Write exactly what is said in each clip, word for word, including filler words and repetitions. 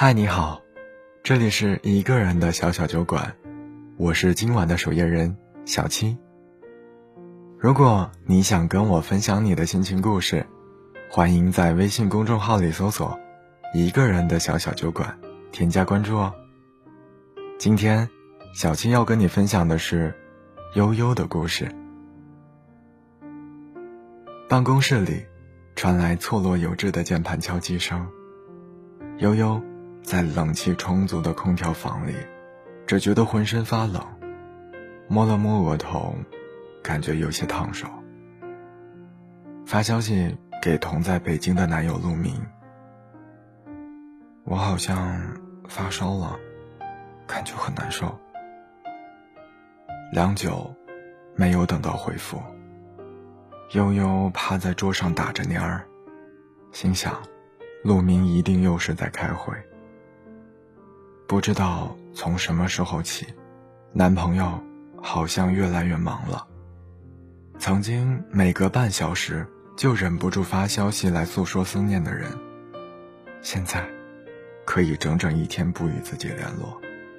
嗨，你好，这里是一个人的小小酒馆，我是今晚的守夜人小七。如果你想跟我分享你的心情故事，欢迎在微信公众号里搜索一个人的小小酒馆，添加关注哦。今天小七要跟你分享的是悠悠的故事。办公室里传来错落有致的键盘敲击声，悠悠在冷气充足的空调房里，只觉得浑身发冷，摸了摸额头，感觉有些烫手。发消息给同在北京的男友陆明，我好像发烧了，感觉很难受。良久没有等到回复，悠悠趴在桌上打着蔫儿，心想陆明一定又是在开会。不知道从什么时候起，男朋友好像越来越忙了。曾经每隔半小时就忍不住发消息来诉说思念的人，现在可以整整一天不与自己联络。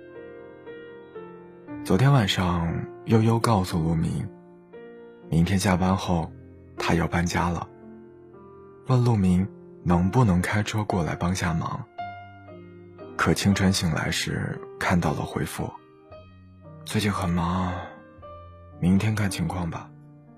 昨天晚上，悠悠告诉陆明，明天下班后他要搬家了，问陆明能不能开车过来帮下忙。可清晨醒来时看到了回复，最近很忙，明天看情况吧。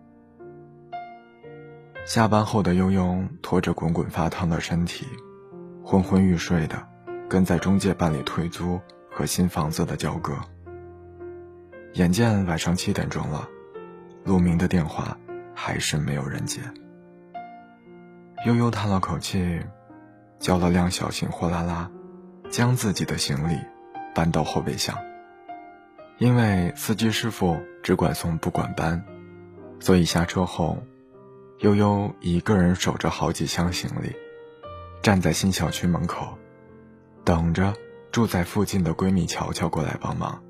下班后的悠悠拖着滚滚发烫的身体，昏昏欲睡的跟在中介办理退租和新房子的交割。眼见晚上七点钟了，陆明的电话还是没有人接。悠悠叹了口气，叫了辆小型货拉拉，将自己的行李搬到后备箱。因为司机师傅只管送不管搬，所以下车后，悠悠一个人守着好几箱行李，站在新小区门口，等着住在附近的闺蜜乔乔过来帮忙。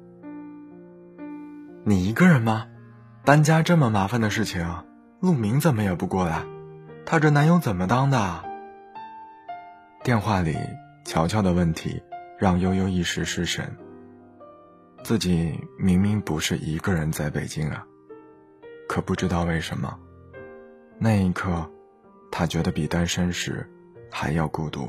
你一个人吗？搬家这么麻烦的事情，陆明怎么也不过来？他这男友怎么当的？电话里乔乔的问题让悠悠一时失神，自己明明不是一个人在北京啊，可不知道为什么，那一刻他觉得比单身时还要孤独。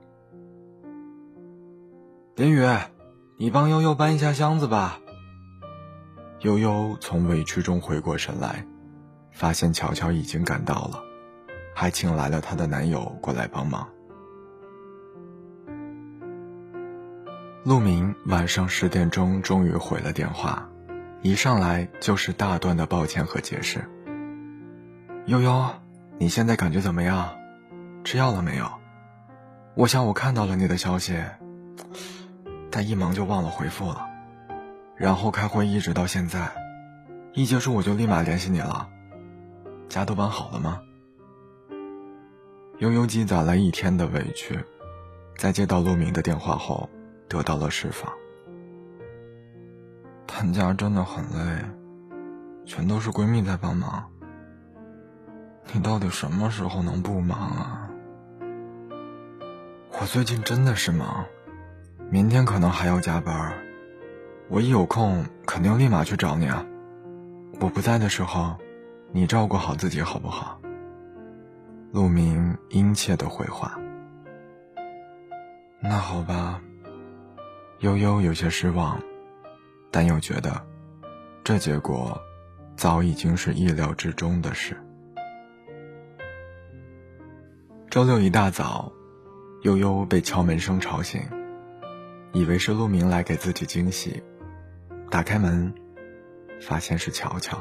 林宇，你帮悠悠搬一下箱子吧。悠悠从委屈中回过神来，发现乔乔已经赶到了，还请来了她的男友过来帮忙。陆明晚上十点钟终于回了电话，一上来就是大段的抱歉和解释。悠悠，你现在感觉怎么样？吃药了没有？我想我看到了你的消息，但一忙就忘了回复了，然后开会一直到现在，一结束我就立马联系你了。家都搬好了吗？悠悠积攒了一天的委屈，在接到陆明的电话后得到了释放。搬家真的很累，全都是闺蜜在帮忙，你到底什么时候能不忙啊？我最近真的是忙，明天可能还要加班，我一有空肯定立马去找你啊。我不在的时候，你照顾好自己好不好？陆明殷切的回话。那好吧。悠悠有些失望，但又觉得这结果早已经是意料之中的事。周六一大早，悠悠被敲门声吵醒，以为是陆明来给自己惊喜，打开门发现是乔乔。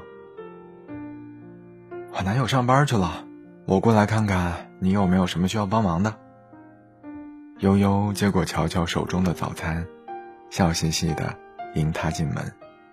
我男友上班去了，我过来看看你有没有什么需要帮忙的。悠悠接过乔乔手中的早餐，笑嘻嘻的迎他进门。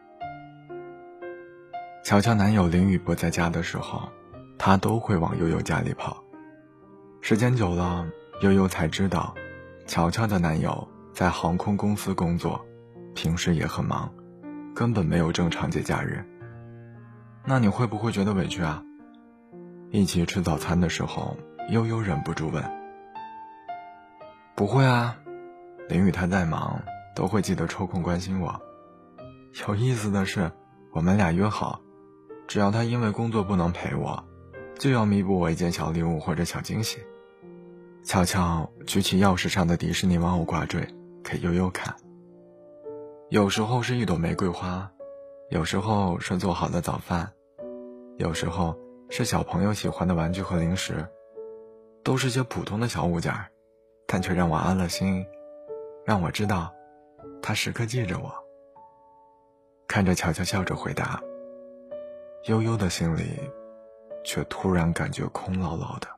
乔乔男友林宇不在家的时候，他都会往悠悠家里跑。时间久了，悠悠才知道乔乔的男友在航空公司工作，平时也很忙，根本没有正常节假日。那你会不会觉得委屈啊？一起吃早餐的时候，悠悠忍不住问。不会啊， 林雨他再忙都会记得抽空关心我。有意思的是，我们俩约好，只要他因为工作不能陪我，就要弥补我一件小礼物或者小惊喜。悄悄举起钥匙上的迪士尼玩偶挂坠给悠悠看，有时候是一朵玫瑰花，有时候是做好的早饭，有时候是小朋友喜欢的玩具和零食，都是些普通的小物件，但却让我安了心，让我知道他时刻记着我。看着巧巧笑着回答，悠悠的心里却突然感觉空落落的。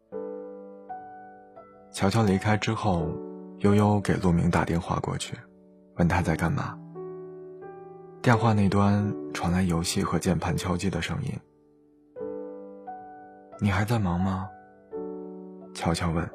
乔乔离开之后，悠悠给陆明打电话过去，问他在干嘛。电话那端传来游戏和键盘敲击的声音。你还在忙吗？乔乔问。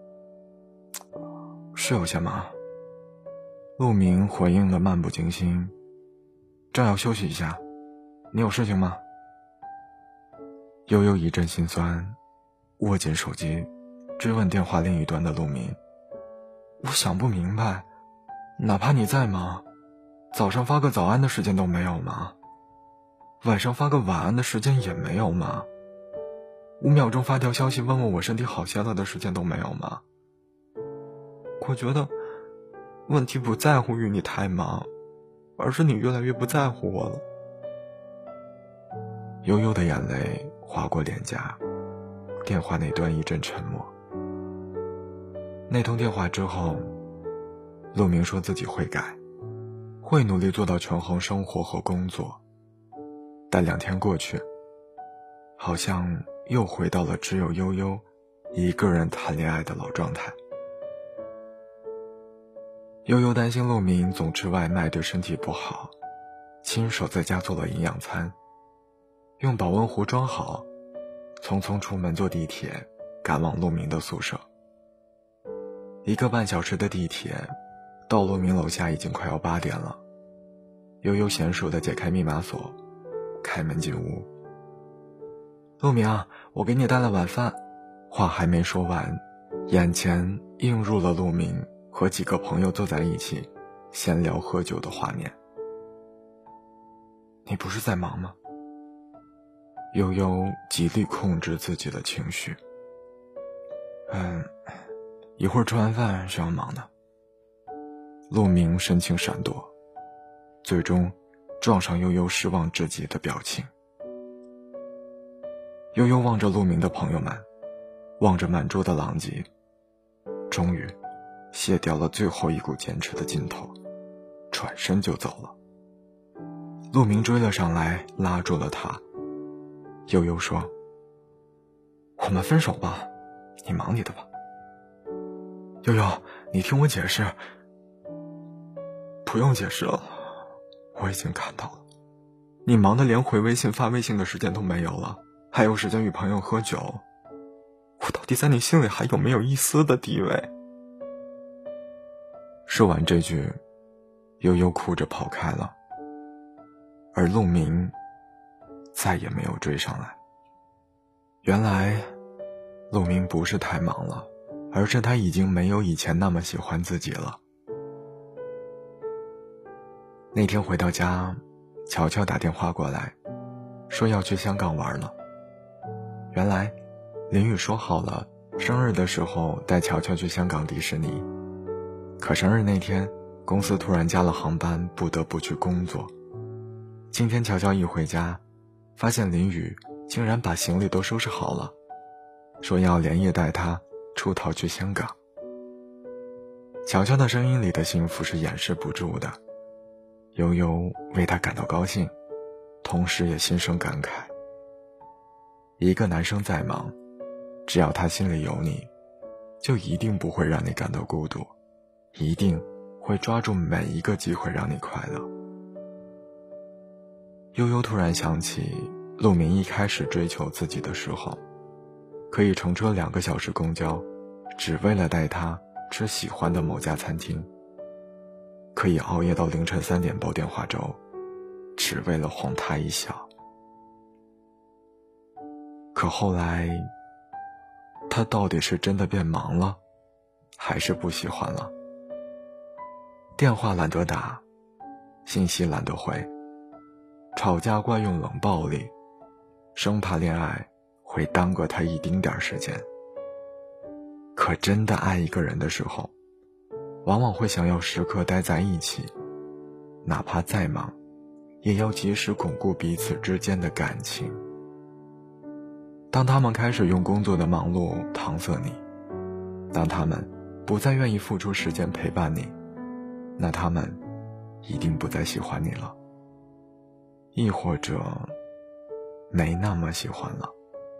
是有些忙。陆明回应的漫不经心，正要休息一下，你有事情吗？悠悠一阵心酸，握紧手机追问电话另一端的陆明。我想不明白，哪怕你再忙，早上发个早安的时间都没有吗？晚上发个晚安的时间也没有吗？五秒钟发条消息问问我身体好些了的时间都没有吗？我觉得问题不在乎于你太忙，而是你越来越不在乎我了。悠悠的眼泪划过脸颊，电话那端一阵沉默。那通电话之后，陆明说自己会改，会努力做到权衡生活和工作。但两天过去，好像又回到了只有悠悠一个人谈恋爱的老状态。悠悠担心陆明总吃外卖对身体不好，亲手在家做了营养餐，用保温壶装好，匆匆出门坐地铁赶往陆明的宿舍。一个半小时的地铁，到陆明楼下已经快要八点了。悠悠娴熟地解开密码锁，开门进屋。陆明，我给你带了晚饭。话还没说完，眼前映入了陆明和几个朋友坐在一起闲聊喝酒的画面。你不是在忙吗？悠悠极力控制自己的情绪。嗯，一会儿吃完饭是要忙的。陆明神情闪躲，最终撞上悠悠失望至极的表情。悠悠望着陆明的朋友们，望着满桌的狼藉，终于卸掉了最后一股坚持的劲头，转身就走了。陆明追了上来，拉住了他。悠悠说，我们分手吧，你忙你的吧。悠悠，你听我解释。不用解释了，我已经看到了，你忙得连回微信发微信的时间都没有了，还有时间与朋友喝酒，我到底在你心里还有没有一丝的地位？说完这句，悠悠哭着跑开了，而陆明再也没有追上来。原来陆明不是太忙了，而是他已经没有以前那么喜欢自己了。那天回到家，乔乔打电话过来，说要去香港玩了。原来林雨说好了生日的时候带乔乔去香港迪士尼，可生日那天公司突然加了航班，不得不去工作。今天乔乔一回家，发现林雨竟然把行李都收拾好了，说要连夜带她出逃去香港。乔乔的声音里的幸福是掩饰不住的，悠悠为他感到高兴，同时也心生感慨。一个男生再忙，只要他心里有你，就一定不会让你感到孤独，一定会抓住每一个机会让你快乐。悠悠突然想起陆明一开始追求自己的时候，可以乘车两个小时公交，只为了带他吃喜欢的某家餐厅，可以熬夜到凌晨三点煲电话粥，只为了哄他一笑。可后来，他到底是真的变忙了，还是不喜欢了？ 电话懒得打，信息懒得回，吵架惯用冷暴力，生怕恋爱会耽搁他一丁点时间。可真的爱一个人的时候，往往会想要时刻待在一起，哪怕再忙，也要及时巩固彼此之间的感情。当他们开始用工作的忙碌搪塞你，当他们不再愿意付出时间陪伴你，那他们一定不再喜欢你了，亦或者没那么喜欢了。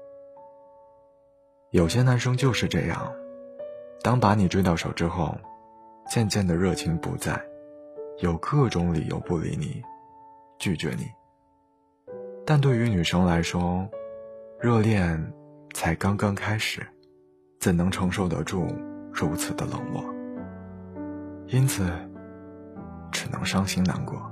有些男生就是这样，当把你追到手之后，渐渐的热情不在，有各种理由不理你，拒绝你。但对于女生来说，热恋才刚刚开始，怎能承受得住如此的冷落？因此只能伤心难过。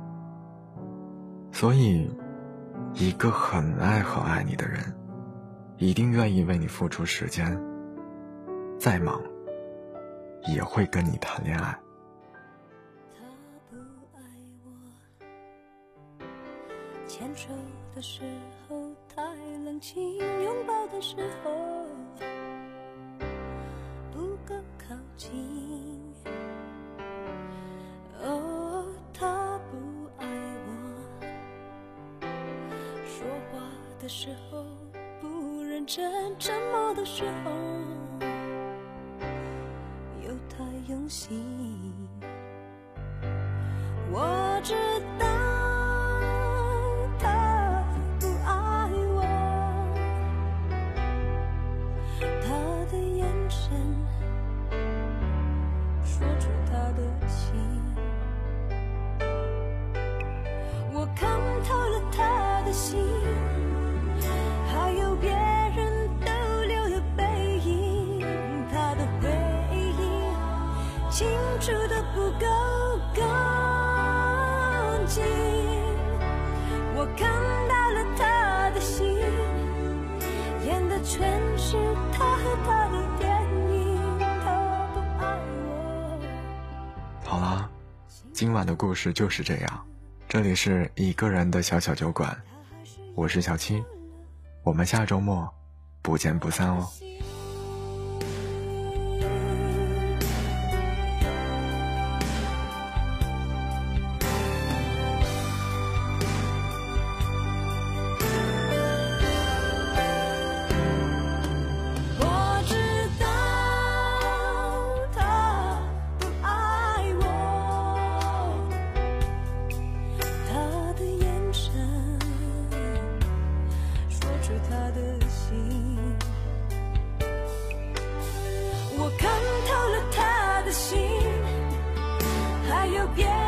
所以一个很爱很爱你的人，一定愿意为你付出时间，再忙也会跟你谈恋爱。 他不爱我，牵手的时候太冷清，拥抱的时候不够靠近。哦，他不爱我，说话的时候不认真，沉默的时候又太用心。我知道他不爱我，他的眼神说出他的情，我看透了他的心，还有别人逗留的背影，他的回忆清楚的不够干净。我看到了他的心，演的全是他和他的电影，他不爱我。 好啦，今晚的故事就是这样。这里是一个人的小小酒馆，我是小七，我们下周末不见不散哦。 我知道他不爱我，他的眼神说出他的心，我看透了他的心，还有别